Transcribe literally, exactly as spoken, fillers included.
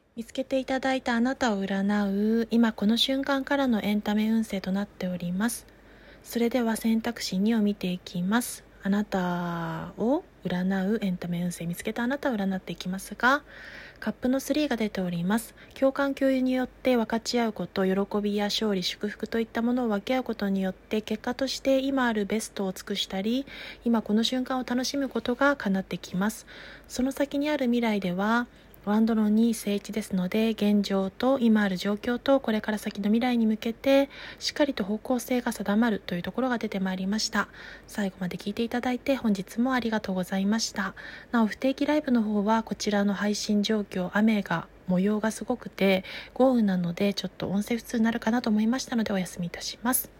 見つけていただいたあなたを占う今この瞬間からのエンタメ運勢となっております。それでは選択肢にを見ていきます。あなたを占うエンタメ運勢、見つけたあなたを占っていきますが、カップのスリーが出ております。共感共有によって分かち合うこと、喜びや勝利、祝福といったものを分け合うことによって結果として今あるベストを尽くしたり、今この瞬間を楽しむことが叶ってきます。その先にある未来ではワンドのに正位置ですので、現状と今ある状況とこれから先の未来に向けてしっかりと方向性が定まるというところが出てまいりました。最後まで聞いていただいて本日もありがとうございました。なお不定期ライブの方はこちらの配信状況、雨が模様がすごくて豪雨なのでちょっと音声不通になるかなと思いましたのでお休みいたします。